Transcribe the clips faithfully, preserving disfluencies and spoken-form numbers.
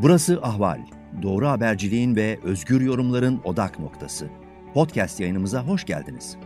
Burası Ahval. Doğru haberciliğin ve özgür yorumların odak noktası. Podcast yayınımıza hoş geldiniz.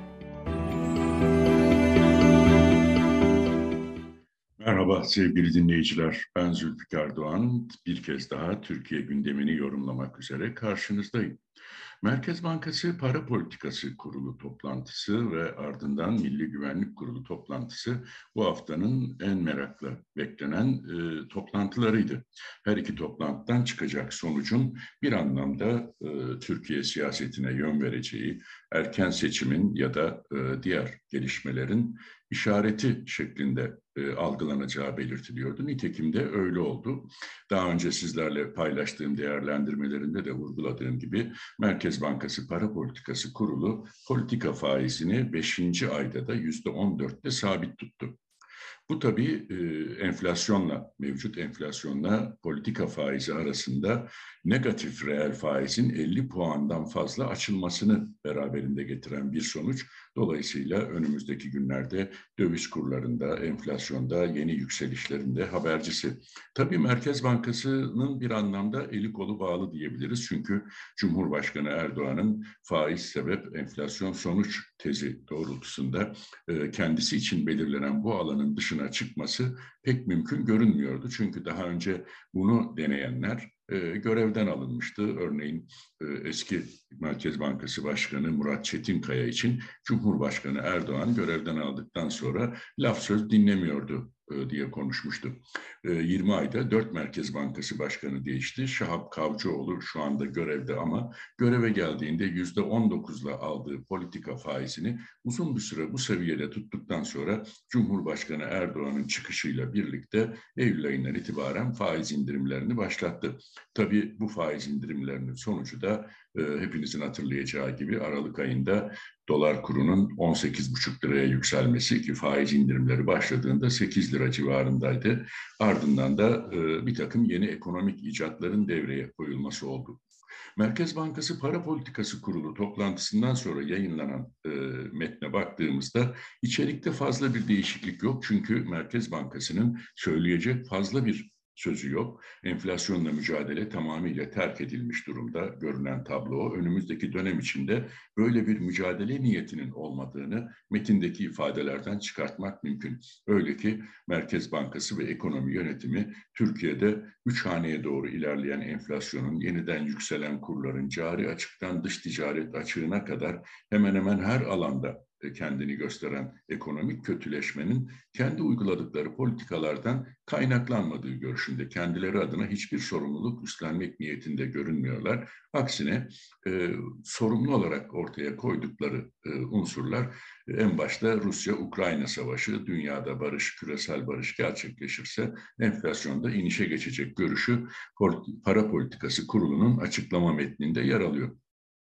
Merhaba sevgili dinleyiciler. Ben Zülfikar Doğan. Bir kez daha Türkiye gündemini yorumlamak üzere karşınızdayım. Merkez Bankası Para Politikası Kurulu toplantısı ve ardından Milli Güvenlik Kurulu toplantısı bu haftanın en merakla beklenen e, toplantılarıydı. Her iki toplantıdan çıkacak sonucun bir anlamda e, Türkiye siyasetine yön vereceği, erken seçimin ya da e, diğer gelişmelerin işareti şeklinde e, algılanacağı belirtiliyordu. Nitekim de öyle oldu. Daha önce sizlerle paylaştığım değerlendirmelerinde de vurguladığım gibi Merkez Bankası Para Politikası Kurulu politika faizini beşinci ayda da yüzde on dörtte sabit tuttu. Bu tabii e, enflasyonla, mevcut enflasyonla politika faizi arasında negatif reel faizin elli puandan fazla açılmasını beraberinde getiren bir sonuç. Dolayısıyla önümüzdeki günlerde döviz kurlarında, enflasyonda, yeni yükselişlerinde habercisi. Tabii Merkez Bankası'nın bir anlamda eli kolu bağlı diyebiliriz. Çünkü Cumhurbaşkanı Erdoğan'ın faiz sebep enflasyon sonuç tezi doğrultusunda e, kendisi için belirlenen bu alanın dışına çıkması pek mümkün görünmüyordu. Çünkü daha önce bunu deneyenler e, görevden alınmıştı. Örneğin e, eski Merkez Bankası Başkanı Murat Çetinkaya için Cumhurbaşkanı Erdoğan görevden aldıktan sonra laf söz dinlemiyordu e, diye konuşmuştu. E, yirmi ayda dört Merkez Bankası Başkanı değişti. Şahap Kavcıoğlu şu anda görevde ama göreve geldiğinde yüzde on dokuzla aldığı politika faizini uzun bir süre bu seviyede tuttuktan sonra Cumhurbaşkanı Erdoğan'ın çıkışıyla birlikte Eylül ayından itibaren faiz indirimlerini başlattı. Tabii bu faiz indirimlerinin sonucu da e, hepinizin hatırlayacağı gibi Aralık ayında dolar kurunun on sekiz buçuk liraya yükselmesi, ki faiz indirimleri başladığında sekiz lira civarındaydı. Ardından da e, bir takım yeni ekonomik icatların devreye koyulması oldu. Merkez Bankası Para Politikası Kurulu toplantısından sonra yayınlanan e, metne baktığımızda içerikte fazla bir değişiklik yok. Çünkü Merkez Bankası'nın söyleyecek fazla bir sözü yok. Enflasyonla mücadele tamamıyla terk edilmiş durumda görünen tablo. Önümüzdeki dönem içinde böyle bir mücadele niyetinin olmadığını metindeki ifadelerden çıkartmak mümkün. Öyle ki Merkez Bankası ve ekonomi yönetimi Türkiye'de üç haneye doğru ilerleyen enflasyonun, yeniden yükselen kurların, cari açıktan dış ticaret açığına kadar hemen hemen her alanda kendini gösteren ekonomik kötüleşmenin kendi uyguladıkları politikalardan kaynaklanmadığı görüşünde. Kendileri adına hiçbir sorumluluk üstlenmek niyetinde görünmüyorlar. Aksine e, sorumlu olarak ortaya koydukları e, unsurlar en başta Rusya-Ukrayna savaşı, dünyada barış, küresel barış gerçekleşirse enflasyonda inişe geçecek görüşü Para Politikası Kurulu'nun açıklama metninde yer alıyor.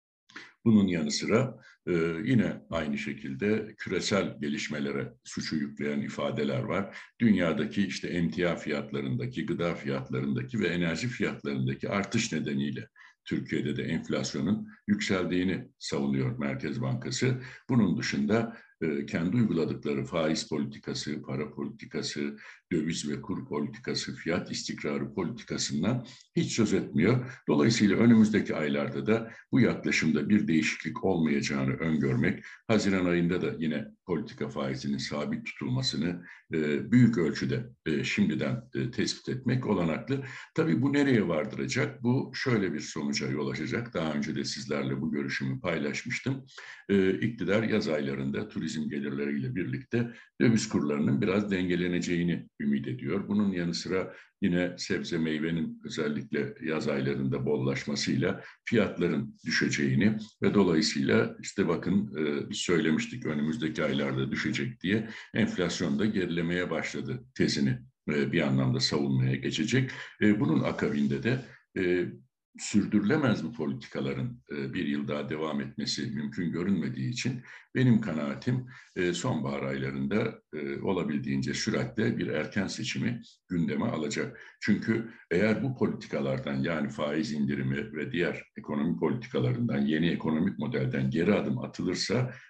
Bunun yanı sıra e, yine aynı şekilde küresel gelişmelere suçu yükleyen ifadeler var. Dünyadaki işte emtia fiyatlarındaki, gıda fiyatlarındaki ve enerji fiyatlarındaki artış nedeniyle Türkiye'de de enflasyonun yükseldiğini savunuyor Merkez Bankası. Bunun dışında e, kendi uyguladıkları faiz politikası, para politikası, döviz ve kur politikası, fiyat istikrarı politikasından hiç söz etmiyor. Dolayısıyla önümüzdeki aylarda da bu yaklaşımda bir değişiklik olmayacağını öngörmek, Haziran ayında da yine politika faizinin sabit tutulmasını e, büyük ölçüde e, şimdiden e, tespit etmek olanaklı. Tabii bu nereye vardıracak? Bu şöyle bir sonuca yol açacak. Daha önce de sizlerle bu görüşümü paylaşmıştım. E, iktidar yaz aylarında turizm gelirleriyle birlikte döviz kurlarının biraz dengeleneceğini ümit ediyor. Bunun yanı sıra yine sebze meyvenin özellikle yaz aylarında bollaşmasıyla fiyatların düşeceğini ve dolayısıyla işte bakın e, biz söylemiştik önümüzdeki aylarda düşecek diye, enflasyon da gerilemeye başladı tezini e, bir anlamda savunmaya geçecek. E, bunun akabinde de e, sürdürülemez bu politikaların e, bir yıl daha devam etmesi mümkün görünmediği için benim kanaatim e, sonbahar aylarında e, olabildiğince süratle bir erken seçimi gündeme alacak. Çünkü eğer bu politikalardan, yani faiz indirimi ve diğer ekonomi politikalarından, yeni ekonomik modelden geri adım atılırsa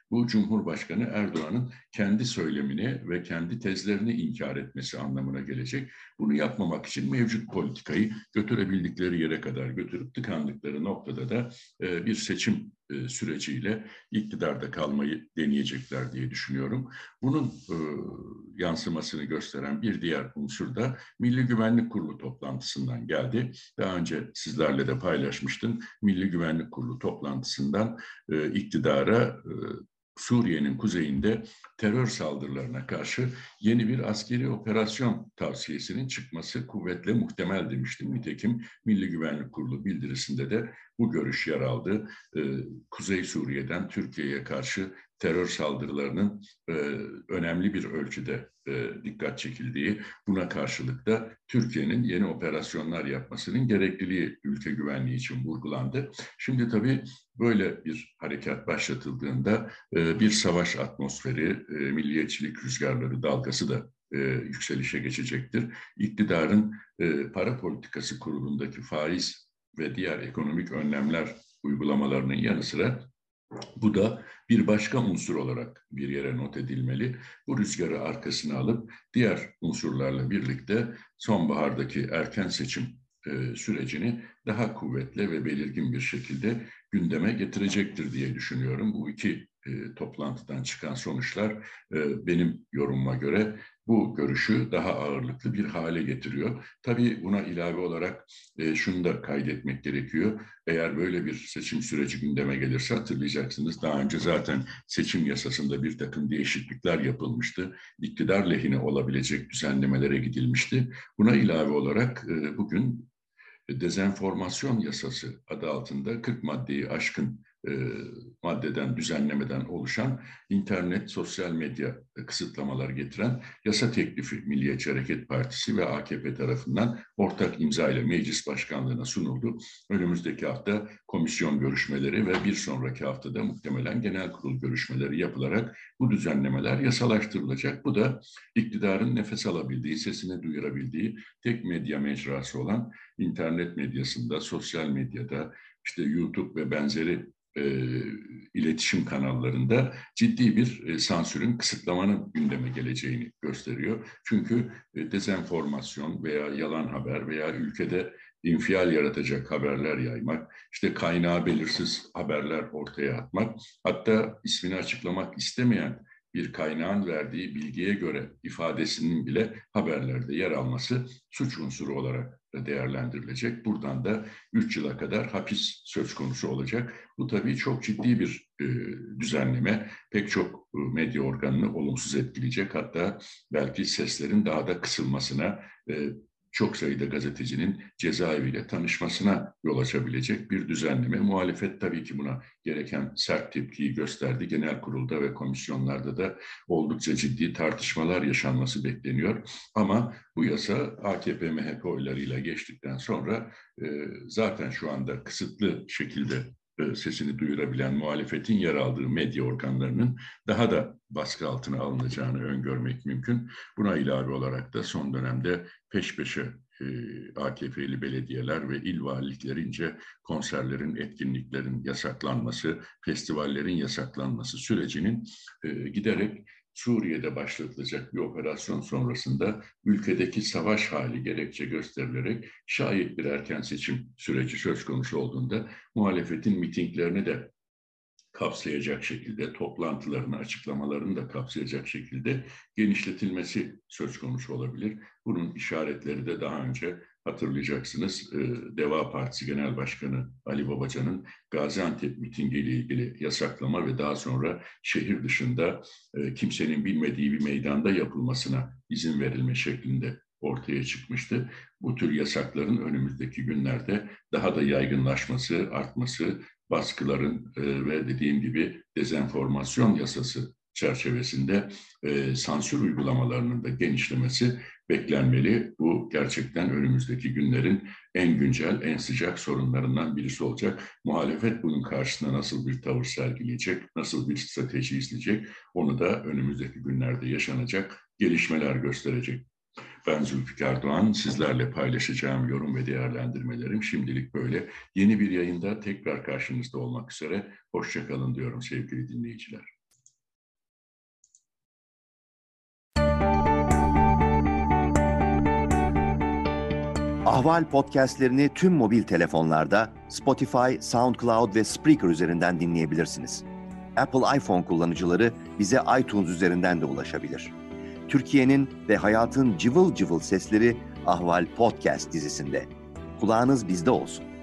bu Cumhurbaşkanı Erdoğan'ın kendi söylemini ve kendi tezlerini inkar etmesi anlamına gelecek. Bunu yapmamak için mevcut politikayı götürebildikleri yere kadar götürüp tıkandıkları noktada da e, bir seçim e, süreciyle iktidarda kalmayı deneyecekler diye düşünüyorum. Bunun e, yansımasını gösteren bir diğer unsur da Milli Güvenlik Kurulu toplantısından geldi. Daha önce sizlerle de paylaşmıştım. Milli Güvenlik Kurulu toplantısından e, iktidara e, Suriye'nin kuzeyinde terör saldırılarına karşı yeni bir askeri operasyon tavsiyesinin çıkması kuvvetle muhtemel demiştim. Nitekim Milli Güvenlik Kurulu bildirisinde de bu görüş yer aldı. Ee, Kuzey Suriye'den Türkiye'ye karşı terör saldırılarının e, önemli bir ölçüde e, dikkat çekildiği, buna karşılık da Türkiye'nin yeni operasyonlar yapmasının gerekliliği ülke güvenliği için vurgulandı. Şimdi tabii böyle bir harekat başlatıldığında e, bir savaş atmosferi, e, milliyetçilik rüzgarları dalgası da e, yükselişe geçecektir. İktidarın e, para politikası kurulundaki faiz ve diğer ekonomik önlemler uygulamalarının yanı sıra bu da bir başka unsur olarak bir yere not edilmeli. Bu rüzgarı arkasına alıp diğer unsurlarla birlikte sonbahardaki erken seçim e, sürecini daha kuvvetli ve belirgin bir şekilde gündeme getirecektir diye düşünüyorum. Bu iki e, toplantıdan çıkan sonuçlar e, benim yorumuma göre bu görüşü daha ağırlıklı bir hale getiriyor. Tabii buna ilave olarak e, şunu da kaydetmek gerekiyor. Eğer böyle bir seçim süreci gündeme gelirse hatırlayacaksınız. Daha önce zaten seçim yasasında bir takım değişiklikler yapılmıştı. İktidar lehine olabilecek düzenlemelere gidilmişti. Buna ilave olarak e, bugün dezenformasyon yasası adı altında kırk maddeyi aşkın e, maddeden, düzenlemeden oluşan internet, sosyal medya kısıtlamalar getiren yasa teklifi Milliyetçi Hareket Partisi ve A K P tarafından ortak imza ile meclis başkanlığına sunuldu. Önümüzdeki hafta komisyon görüşmeleri ve bir sonraki haftada muhtemelen genel kurul görüşmeleri yapılarak bu düzenlemeler yasalaştırılacak. Bu da iktidarın nefes alabildiği, sesini duyurabildiği tek medya mecrası olan internet medyasında, sosyal medyada, işte YouTube ve benzeri e, iletişim kanallarında ciddi bir e, sansürün, kısıtlamanın gündeme geleceğini gösteriyor. Çünkü e, dezenformasyon veya yalan haber veya ülkede infial yaratacak haberler yaymak, işte kaynağı belirsiz haberler ortaya atmak, hatta ismini açıklamak istemeyen bir kaynağın verdiği bilgiye göre ifadesinin bile haberlerde yer alması suç unsuru olarak değerlendirilecek. Buradan da üç yıla kadar hapis söz konusu olacak. Bu tabii çok ciddi bir e, düzenleme. Pek çok e, medya organını olumsuz etkileyecek. Hatta belki seslerin daha da kısılmasına, e, çok sayıda gazetecinin cezaeviyle tanışmasına yol açabilecek bir düzenleme. Muhalefet tabii ki buna gereken sert tepkiyi gösterdi. Genel kurulda ve komisyonlarda da oldukça ciddi tartışmalar yaşanması bekleniyor. Ama bu yasa A K P M H P oylarıyla geçtikten sonra e, zaten şu anda kısıtlı şekilde e, sesini duyurabilen muhalefetin yer aldığı medya organlarının daha da baskı altına alınacağını öngörmek mümkün. Buna ilave olarak da son dönemde peş peşe e, A K P'li belediyeler ve il valiliklerince konserlerin, etkinliklerin yasaklanması, festivallerin yasaklanması sürecinin e, giderek Suriye'de başlatılacak bir operasyon sonrasında ülkedeki savaş hali gerekçe gösterilerek şayet bir erken seçim süreci söz konusu olduğunda muhalefetin mitinglerini de kapsayacak şekilde, toplantılarını, açıklamalarını da kapsayacak şekilde genişletilmesi söz konusu olabilir. Bunun işaretleri de daha önce hatırlayacaksınız. Deva Partisi Genel Başkanı Ali Babacan'ın Gaziantep mitingiyle ilgili yasaklama ve daha sonra şehir dışında kimsenin bilmediği bir meydanda yapılmasına izin verilme şeklinde ortaya çıkmıştı. Bu tür yasakların önümüzdeki günlerde daha da yaygınlaşması, artması, baskıların e, ve dediğim gibi dezenformasyon yasası çerçevesinde e, sansür uygulamalarının da genişlemesi beklenmeli. Bu gerçekten önümüzdeki günlerin en güncel, en sıcak sorunlarından birisi olacak. Muhalefet bunun karşısında nasıl bir tavır sergileyecek, nasıl bir strateji izleyecek, onu da önümüzdeki günlerde yaşanacak gelişmeler gösterecek. Ben Zülfikar Doğan, sizlerle paylaşacağım yorum ve değerlendirmelerim şimdilik böyle. Yeni bir yayında tekrar karşınızda olmak üzere. Hoşça kalın diyorum sevgili dinleyiciler. Ahval podcastlerini tüm mobil telefonlarda Spotify, SoundCloud ve Spreaker üzerinden dinleyebilirsiniz. Apple iPhone kullanıcıları bize iTunes üzerinden de ulaşabilir. Türkiye'nin ve hayatın cıvıl cıvıl sesleri Ahval Podcast dizisinde. Kulağınız bizde olsun.